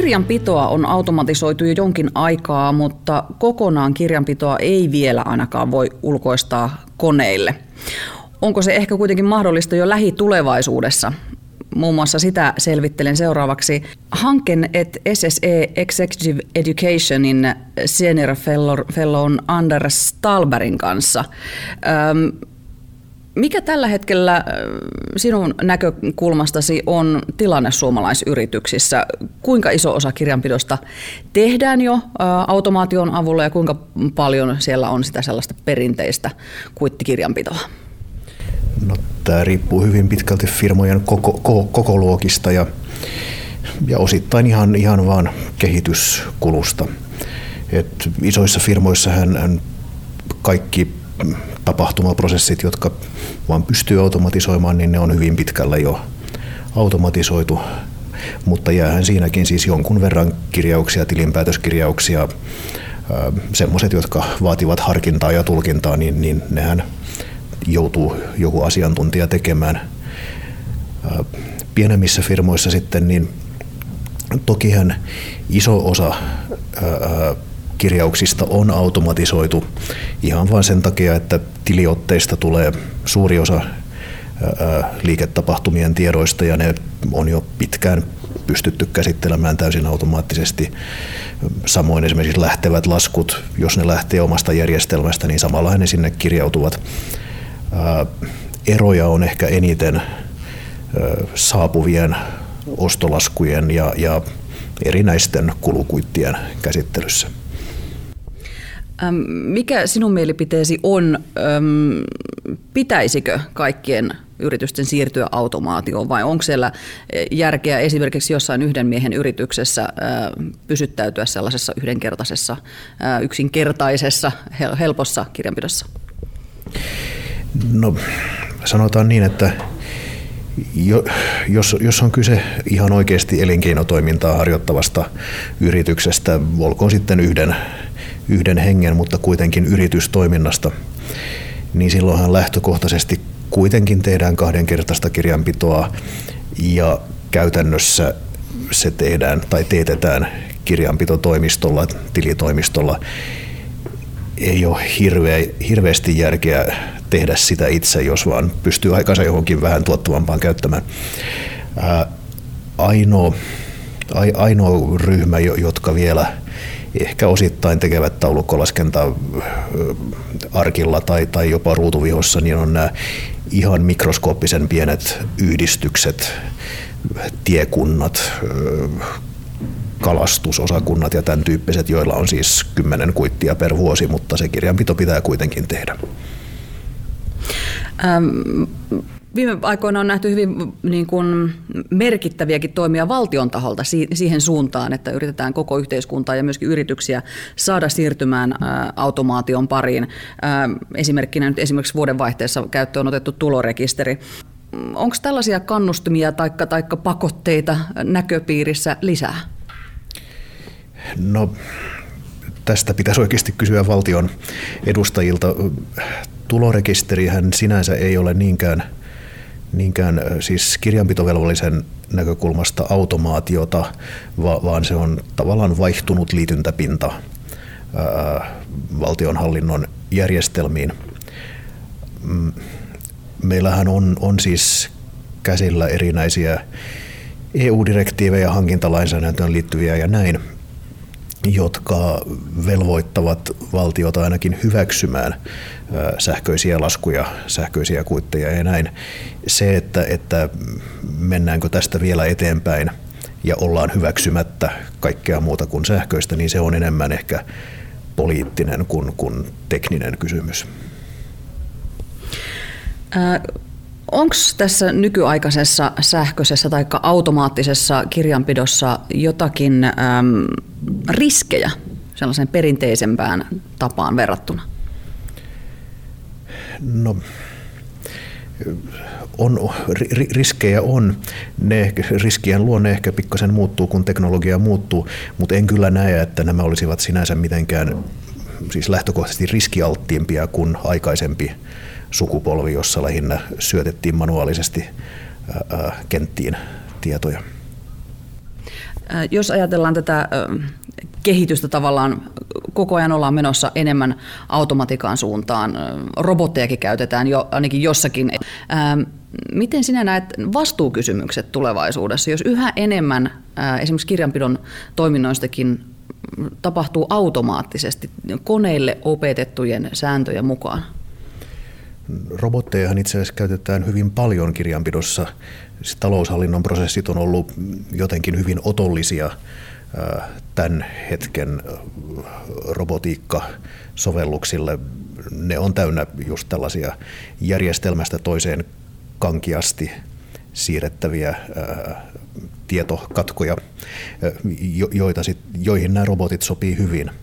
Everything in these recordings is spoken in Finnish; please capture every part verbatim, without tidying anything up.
Kirjanpitoa on automatisoitu jo jonkin aikaa, mutta kokonaan kirjanpitoa ei vielä ainakaan voi ulkoistaa koneille. Onko se ehkä kuitenkin mahdollista jo lähitulevaisuudessa? Muun muassa sitä selvittelen seuraavaksi Hanken et S S E Executive Educationin Senior Fellown Anders Stalbergin kanssa. Öm, Mikä tällä hetkellä sinun näkökulmastasi on tilanne suomalaisyrityksissä? Kuinka iso osa kirjanpidosta tehdään jo automaation avulla ja kuinka paljon siellä on sitä sellaista perinteistä kuittikirjanpitoa? No, tämä riippuu hyvin pitkälti firmojen koko, koko, koko luokista ja, ja osittain ihan, ihan vaan kehityskulusta. Et isoissa firmoissa hän, hän kaikki tapahtumaprosessit, jotka vaan pystyy automatisoimaan, niin ne on hyvin pitkällä jo automatisoitu, mutta jäähän siinäkin siis jonkun verran kirjauksia, tilinpäätöskirjauksia, semmoiset, jotka vaativat harkintaa ja tulkintaa, niin, niin nehän joutuu joku asiantuntija tekemään. Pienemmissä firmoissa sitten, niin tokihan iso osa kirjauksista on automatisoitu ihan vain sen takia, että tiliotteista tulee suuri osa liiketapahtumien tiedoista ja ne on jo pitkään pystytty käsittelemään täysin automaattisesti. Samoin esimerkiksi lähtevät laskut, jos ne lähtee omasta järjestelmästä, niin samalla ne sinne kirjautuvat. Eroja on ehkä eniten saapuvien ostolaskujen ja, ja erinäisten kulukuittien käsittelyssä. Mikä sinun mielipiteesi on, pitäisikö kaikkien yritysten siirtyä automaatioon vai onko siellä järkeä esimerkiksi jossain yhden miehen yrityksessä pysyttäytyä sellaisessa yhdenkertaisessa, yksinkertaisessa, helpossa kirjanpidossa? No, sanotaan niin, että jo, jos, jos on kyse ihan oikeasti elinkeinotoimintaa harjoittavasta yrityksestä, olkoon sitten yhden yhden hengen, mutta kuitenkin yritystoiminnasta, niin silloinhan lähtökohtaisesti kuitenkin tehdään kahdenkertaista kirjanpitoa ja käytännössä se tehdään tai teetetään kirjanpitotoimistolla, tilitoimistolla. Ei ole hirveä, hirveästi järkeä tehdä sitä itse, jos vaan pystyy aikansa johonkin vähän tuottavampaan käyttämään. Ää, ainoa, ainoa ryhmä, jotka vielä ehkä osittain tekevät taulukkolaskentaa arkilla tai, tai jopa ruutuvihossa, niin on nämä ihan mikroskooppisen pienet yhdistykset, tiekunnat, kalastusosakunnat ja tämän tyyppiset, joilla on siis kymmenen kuittia per vuosi, mutta se kirjanpito pitää kuitenkin tehdä. Ähm. Viime aikoina on nähty hyvin niin kuin merkittäviäkin toimia valtion taholta siihen suuntaan, että yritetään koko yhteiskuntaa ja myöskin yrityksiä saada siirtymään automaation pariin. Esimerkkinä nyt esimerkiksi vuodenvaihteessa käyttöön otettu tulorekisteri. Onko tällaisia kannustimia tai taikka pakotteita näköpiirissä lisää? No, tästä pitäisi oikeasti kysyä valtion edustajilta. Tulorekisterihän sinänsä ei ole niinkään niinkään siis kirjanpitovelvollisen näkökulmasta automaatiota, vaan se on tavallaan vaihtunut liityntäpinta ää, valtionhallinnon järjestelmiin. Meillähän on, on siis käsillä erinäisiä E U-direktiivejä, hankintalainsäädäntöön liittyviä ja näin, jotka velvoittavat valtiota ainakin hyväksymään sähköisiä laskuja, sähköisiä kuitteja ja näin. Se, että, että mennäänkö tästä vielä eteenpäin ja ollaan hyväksymättä kaikkea muuta kuin sähköistä, niin se on enemmän ehkä poliittinen kuin, kuin tekninen kysymys. Ää, onko tässä nykyaikaisessa sähköisessä tai automaattisessa kirjanpidossa jotakin äm, riskejä sellaiseen perinteisempään tapaan verrattuna? No, on, riskejä on. Ne, riskien luonne ehkä pikkasen muuttuu, kun teknologia muuttuu, mutta en kyllä näe, että nämä olisivat sinänsä mitenkään siis lähtökohtaisesti riskialttiimpia kuin aikaisempi sukupolvi, jossa lähinnä syötettiin manuaalisesti ää, kenttiin tietoja. Jos ajatellaan tätä kehitystä tavallaan, koko ajan ollaan menossa enemmän automatiikan suuntaan, robottejakin käytetään jo ainakin jossakin. Miten sinä näet vastuukysymykset tulevaisuudessa, jos yhä enemmän esimerkiksi kirjanpidon toiminnoistakin tapahtuu automaattisesti koneille opetettujen sääntöjen mukaan? Robottejahan itse asiassa käytetään hyvin paljon kirjanpidossa. Taloushallinnon prosessit on ollut jotenkin hyvin otollisia tämän hetken robotiikkasovelluksille. Ne on täynnä just tällaisia järjestelmästä toiseen kankeasti siirrettäviä tietokatkoja, joita sit, joihin nämä robotit sopii hyvin.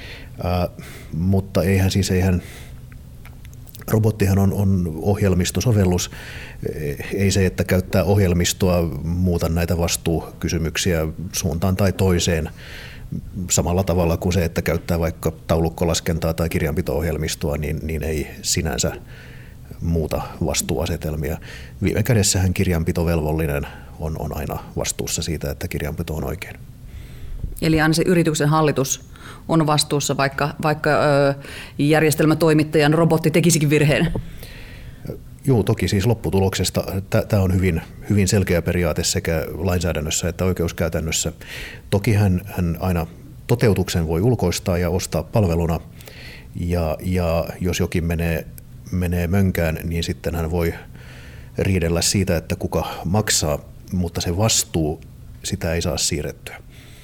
Mutta eihän siis eihän robottihan on, on ohjelmistosovellus, ei se, että käyttää ohjelmistoa muuta näitä vastuukysymyksiä suuntaan tai toiseen samalla tavalla kuin se, että käyttää vaikka taulukkolaskentaa tai kirjanpito-ohjelmistoa, niin, niin ei sinänsä muuta vastuuasetelmia. Viime kädessähän kirjanpitovelvollinen on, on aina vastuussa siitä, että kirjanpito on oikein. Eli aina se yrityksen hallitus on vastuussa, vaikka, vaikka ö, järjestelmätoimittajan robotti tekisikin virheen? Joo, toki siis lopputuloksesta. Tämä on hyvin, hyvin selkeä periaate sekä lainsäädännössä että oikeuskäytännössä. Toki hän, hän aina toteutuksen voi ulkoistaa ja ostaa palveluna, ja, ja jos jokin menee, menee mönkään, niin sitten hän voi riidellä siitä, että kuka maksaa, mutta se vastuu, sitä ei saa siirrettyä.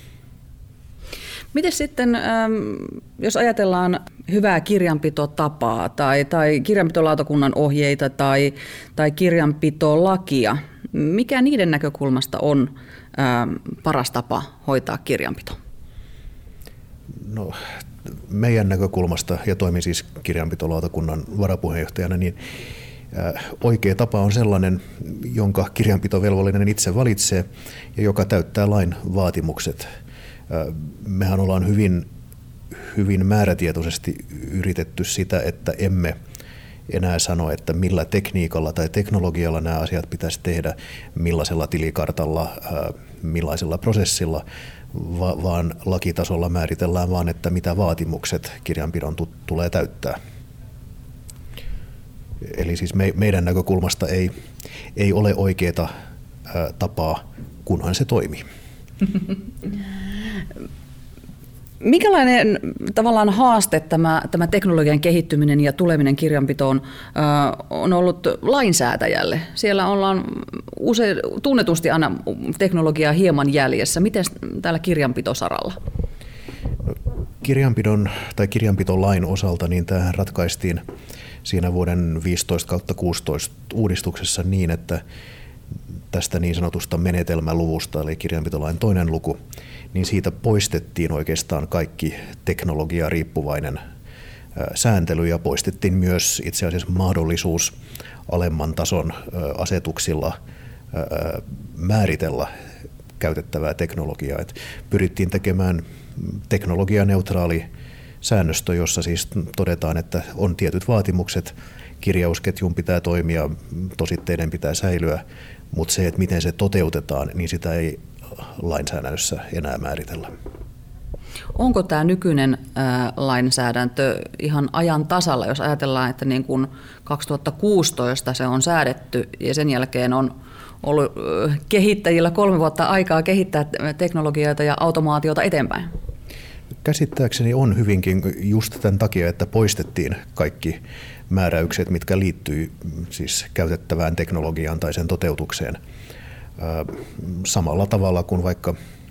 Miten sitten, jos ajatellaan hyvää kirjanpitotapaa tai, tai kirjanpitolautakunnan ohjeita tai, tai kirjanpitolakia, mikä niiden näkökulmasta on paras tapa hoitaa kirjanpito? No, meidän näkökulmasta, ja toimin siis kirjanpitolautakunnan varapuheenjohtajana, niin oikea tapa on sellainen, jonka kirjanpitovelvollinen itse valitsee ja joka täyttää lain vaatimukset. Mehän ollaan hyvin, hyvin määrätietoisesti yritetty sitä, että emme enää sano, että millä tekniikalla tai teknologialla nämä asiat pitäisi tehdä, millaisella tilikartalla, millaisella prosessilla, vaan lakitasolla määritellään vaan, että mitä vaatimukset kirjanpidon tulee täyttää. Eli siis me, meidän näkökulmasta ei, ei ole oikeaa tapaa, kunhan se toimii. Minkälainen tavallaan haaste tämä, tämä teknologian kehittyminen ja tuleminen kirjanpitoon äh, on ollut lainsäätäjälle? Siellä ollaan usein, tunnetusti aina teknologiaa hieman jäljessä. Miten täällä kirjanpitosaralla? Kirjanpidon tai kirjanpitolain osalta niin tämähän ratkaistiin siinä vuoden viisitoista kautta kuusitoista uudistuksessa niin, että tästä niin sanotusta menetelmäluvusta, eli kirjanpitolain toinen luku, niin siitä poistettiin oikeastaan kaikki teknologiaa riippuvainen sääntely ja poistettiin myös itse asiassa mahdollisuus alemman tason asetuksilla määritellä käytettävää teknologiaa. Et pyrittiin tekemään teknologianeutraali säännöstö, jossa siis todetaan, että on tietyt vaatimukset, kirjausketjun pitää toimia, tositteiden pitää säilyä, mutta se, että miten se toteutetaan, niin sitä ei lainsäädännössä enää määritellä. Onko tämä nykyinen ää, lainsäädäntö ihan ajan tasalla, jos ajatellaan, että niin kuin kaksituhattakuusitoista se on säädetty ja sen jälkeen on ollut kehittäjillä kolme vuotta aikaa kehittää teknologioita ja automaatiota eteenpäin? Käsittääkseni on hyvinkin just tämän takia, että poistettiin kaikki määräykset, mitkä liittyy siis käytettävään teknologiaan tai sen toteutukseen. Samalla tavalla kuin vaikka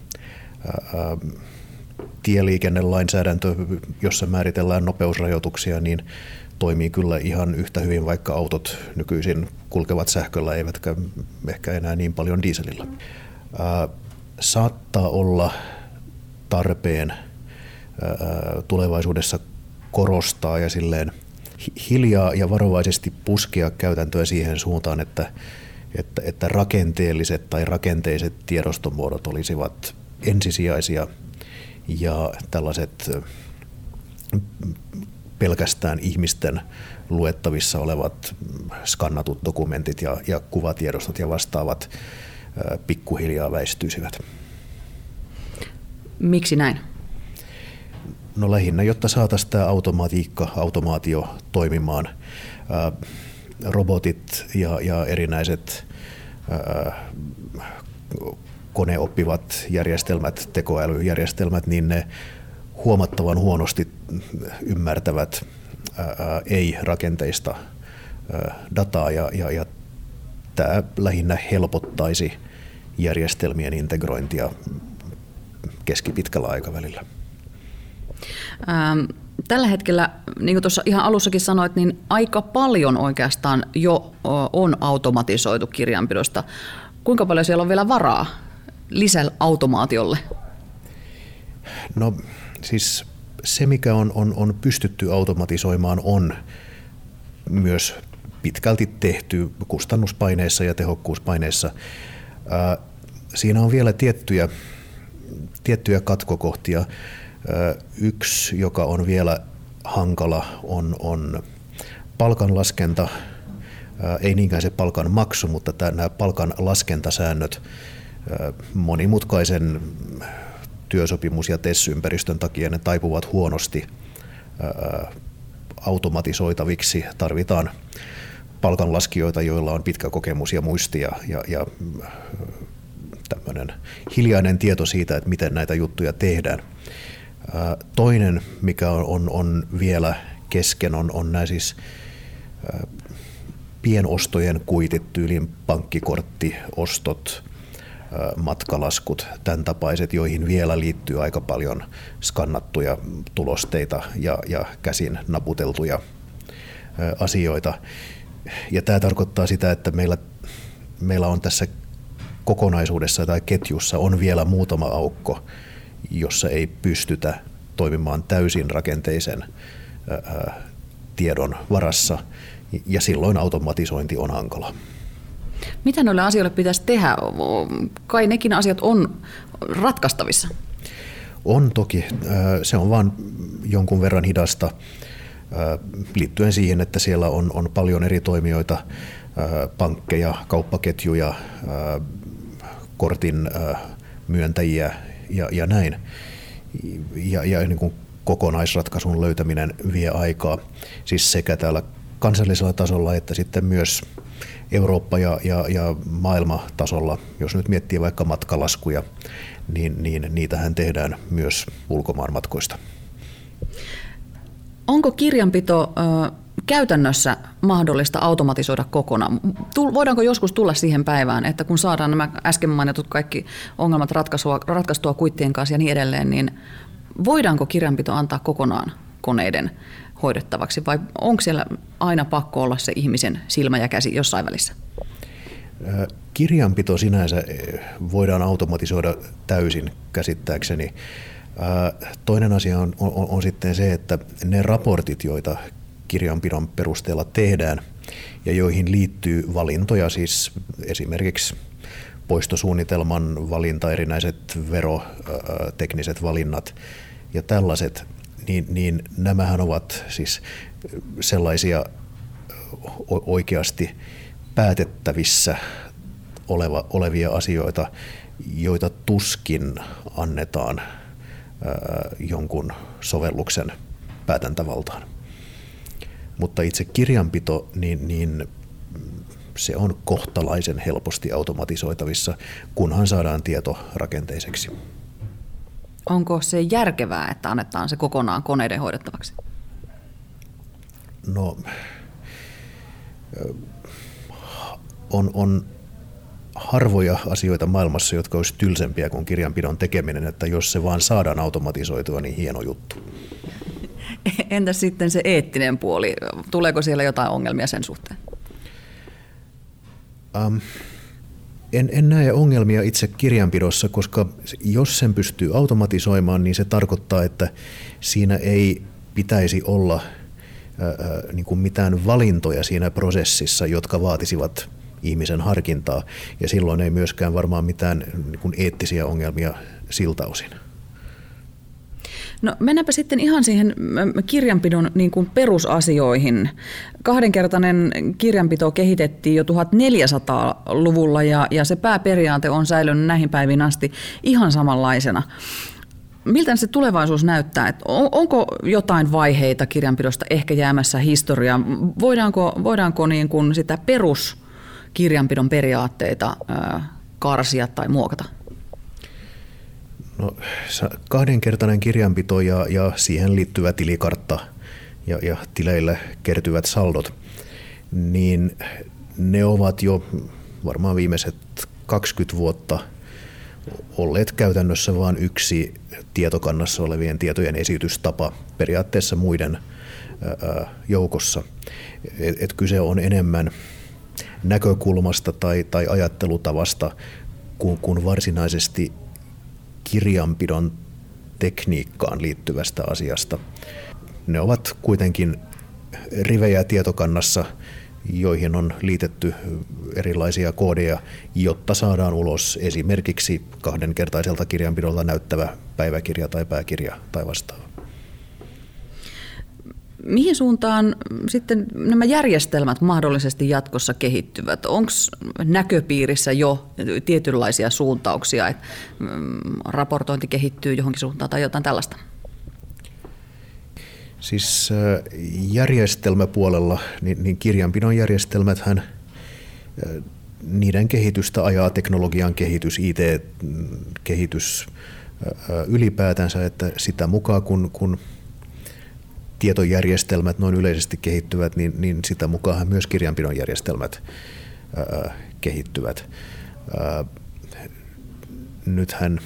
tieliikennelainsäädäntö, jossa määritellään nopeusrajoituksia, niin toimii kyllä ihan yhtä hyvin, vaikka autot nykyisin kulkevat sähköllä, eivätkä ehkä enää niin paljon dieselillä. Saattaa olla tarpeen tulevaisuudessa korostaa ja silleen hiljaa ja varovaisesti puskea käytäntöä siihen suuntaan, että, että, että rakenteelliset tai rakenteiset tiedostomuodot olisivat ensisijaisia ja tällaiset pelkästään ihmisten luettavissa olevat skannatut dokumentit ja, ja kuvatiedostot ja vastaavat pikkuhiljaa väistyisivät. Miksi näin? No lähinnä, jotta saataisiin tämä automatiikka, automaatio toimimaan. Ää, robotit ja, ja erinäiset ää, koneoppivat järjestelmät, tekoälyjärjestelmät, niin ne huomattavan huonosti ymmärtävät ää, ei-rakenteista ää, dataa ja, ja, ja tämä lähinnä helpottaisi järjestelmien integrointia keskipitkällä aikavälillä. Ähm, tällä hetkellä, niin kuin tuossa ihan alussakin sanoit, niin aika paljon oikeastaan jo on automatisoitu kirjanpidosta. Kuinka paljon siellä on vielä varaa lisäautomaatiolle? No siis se, mikä on, on, on pystytty automatisoimaan, on myös pitkälti tehty kustannuspaineissa ja tehokkuuspaineissa. Ää, siinä on vielä tiettyjä, tiettyjä katkokohtia. Ää, yksi, joka on vielä hankala, on, on palkanlaskenta. Ää, ei niinkään se palkan maksu, mutta tämä, nämä palkan laskentasäännöt ää, monimutkaisen työsopimus- ja T E S-ympäristön takia ne taipuvat huonosti ää, automatisoitaviksi. Tarvitaan palkanlaskijoita, joilla on pitkä kokemus ja muisti ja, ja, ja tämmöinen hiljainen tieto siitä, että miten näitä juttuja tehdään. Ää, toinen, mikä on, on, on vielä kesken, on, on nämä siis ää, pienostojen kuitit, tyylin pankkikorttiostot, matkalaskut, tämän tapaiset, joihin vielä liittyy aika paljon skannattuja tulosteita ja, ja käsin naputeltuja asioita. Ja tämä tarkoittaa sitä, että meillä, meillä on tässä kokonaisuudessa tai ketjussa on vielä muutama aukko, jossa ei pystytä toimimaan täysin rakenteisen ää, tiedon varassa, ja silloin automatisointi on hankala. Mitä noille asioille pitäisi tehdä? Kai nekin asiat on ratkaistavissa. On toki. Se on vain jonkun verran hidasta liittyen siihen, että siellä on, on paljon eri toimijoita, pankkeja, kauppaketjuja, kortin myöntäjiä ja, ja näin. Ja, ja niin kuin kokonaisratkaisun löytäminen vie aikaa, siis sekä täällä kansallisella tasolla että sitten myös Eurooppa- ja, ja, ja maailmatasolla. Jos nyt miettii vaikka matkalaskuja, niin, niin niitähän tehdään myös ulkomaan matkoista. Onko kirjanpito ö, käytännössä mahdollista automatisoida kokonaan? Voidaanko joskus tulla siihen päivään, että kun saadaan nämä äsken mainitut kaikki ongelmat ratkaisua, ratkaistua kuittien kanssa ja niin edelleen, niin voidaanko kirjanpito antaa kokonaan koneiden hoidettavaksi, vai onko siellä aina pakko olla se ihmisen silmä ja käsi jossain välissä? Kirjanpito sinänsä voidaan automatisoida täysin käsittääkseni. Toinen asia on, on, on sitten se, että ne raportit, joita kirjanpidon perusteella tehdään ja joihin liittyy valintoja, siis esimerkiksi poistosuunnitelman valinta, erinäiset verotekniset valinnat ja tällaiset, Niin, niin nämähän ovat siis sellaisia oikeasti päätettävissä oleva, olevia asioita, joita tuskin annetaan ää, jonkun sovelluksen päätäntävaltaan. Mutta itse kirjanpito, niin, niin se on kohtalaisen helposti automatisoitavissa, kunhan saadaan tieto rakenteiseksi. Onko se järkevää, että annetaan se kokonaan koneiden hoidettavaksi? No, on, on harvoja asioita maailmassa, jotka olisi tylsempiä kuin kirjanpidon tekeminen, että jos se vaan saadaan automatisoitua, niin hieno juttu. Entäs sitten se eettinen puoli? Tuleeko siellä jotain ongelmia sen suhteen? Um, En, en näe ongelmia itse kirjanpidossa, koska jos sen pystyy automatisoimaan, niin se tarkoittaa, että siinä ei pitäisi olla ää, niin kuin mitään valintoja siinä prosessissa, jotka vaatisivat ihmisen harkintaa, ja silloin ei myöskään varmaan mitään niin kuin eettisiä ongelmia siltä osin. No mennäänpä sitten ihan siihen kirjanpidon niin kuin perusasioihin. Kahdenkertainen kirjanpito kehitettiin jo tuhatneljäsataaluvulla ja, ja se pääperiaate on säilynyt näihin päiviin asti ihan samanlaisena. Miltä se tulevaisuus näyttää? Et onko jotain vaiheita kirjanpidosta ehkä jäämässä historiaan? Voidaanko, voidaanko niin kuin sitä peruskirjanpidon periaatteita ää, karsia tai muokata? No, kahdenkertainen kirjanpito ja, ja siihen liittyvä tilikartta ja, ja tileille kertyvät saldot, niin ne ovat jo varmaan viimeiset kaksikymmentä vuotta olleet käytännössä vain yksi tietokannassa olevien tietojen esitystapa periaatteessa muiden ää, joukossa. Et, et kyse on enemmän näkökulmasta tai, tai ajattelutavasta kuin, kuin varsinaisesti kirjanpidon tekniikkaan liittyvästä asiasta. Ne ovat kuitenkin rivejä tietokannassa, joihin on liitetty erilaisia koodeja, jotta saadaan ulos esimerkiksi kahdenkertaiselta kirjanpidolta näyttävä päiväkirja tai pääkirja tai vastaava. Mihin suuntaan sitten nämä järjestelmät mahdollisesti jatkossa kehittyvät? Onko näköpiirissä jo tietynlaisia suuntauksia, että raportointi kehittyy johonkin suuntaan tai jotain tällaista? Siis järjestelmäpuolella, niin, niin kirjanpidon järjestelmäthän, niiden kehitystä ajaa teknologian kehitys, I T-kehitys ylipäätänsä, että sitä mukaan kun, kun tietojärjestelmät noin yleisesti kehittyvät, niin, niin sitä mukaan myös kirjanpidon järjestelmät ää, kehittyvät. Ää, nythän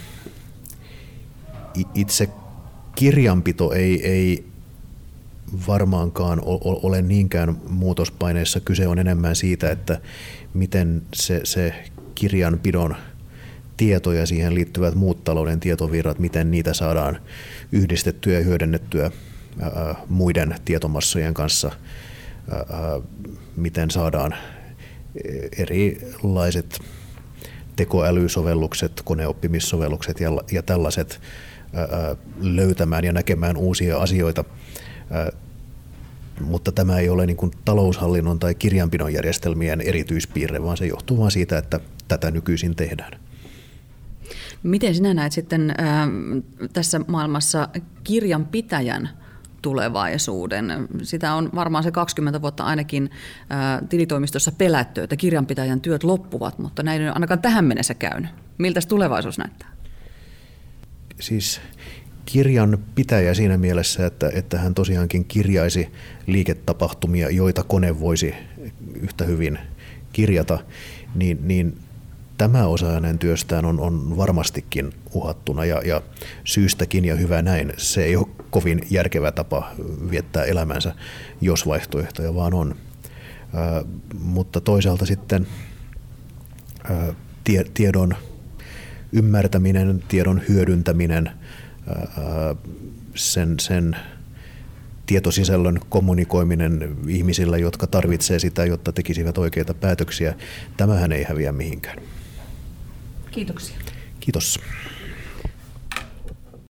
itse kirjanpito ei, ei varmaankaan ole niinkään muutospaineessa. Kyse on enemmän siitä, että miten se, se kirjanpidon tieto ja siihen liittyvät muut talouden tietovirrat, miten niitä saadaan yhdistettyä ja hyödynnettyä ää, muiden tietomassojen kanssa, ää, miten saadaan erilaiset tekoälysovellukset, koneoppimissovellukset ja, ja tällaiset ää, löytämään ja näkemään uusia asioita. Ää, mutta tämä ei ole niin kuin taloushallinnon tai kirjanpidon järjestelmien erityispiirre, vaan se johtuu vain siitä, että tätä nykyisin tehdään. Miten sinä näet sitten ää, tässä maailmassa kirjanpitäjän tulevaisuuden? Sitä on varmaan se kaksikymmentä vuotta ainakin ää, tilitoimistossa pelätty, että kirjanpitäjän työt loppuvat, mutta näin ei ole ainakaan tähän mennessä käynyt. Miltä tulevaisuus näyttää? Siis kirjanpitäjä siinä mielessä, että, että hän tosiaankin kirjaisi liiketapahtumia, joita kone voisi yhtä hyvin kirjata, niin, niin tämä osa hänen työstään on, on varmastikin uhattuna ja, ja syystäkin ja hyvä näin. Se ei ole kovin järkevä tapa viettää elämänsä, jos vaihtoehtoja vaan on. Ää, mutta toisaalta sitten ää, tie, tiedon ymmärtäminen, tiedon hyödyntäminen, ää, sen, sen tietosisällön kommunikoiminen ihmisillä, jotka tarvitsee sitä, jotta tekisivät oikeita päätöksiä, tämähän ei häviä mihinkään. Kiitoksia. Kiitos.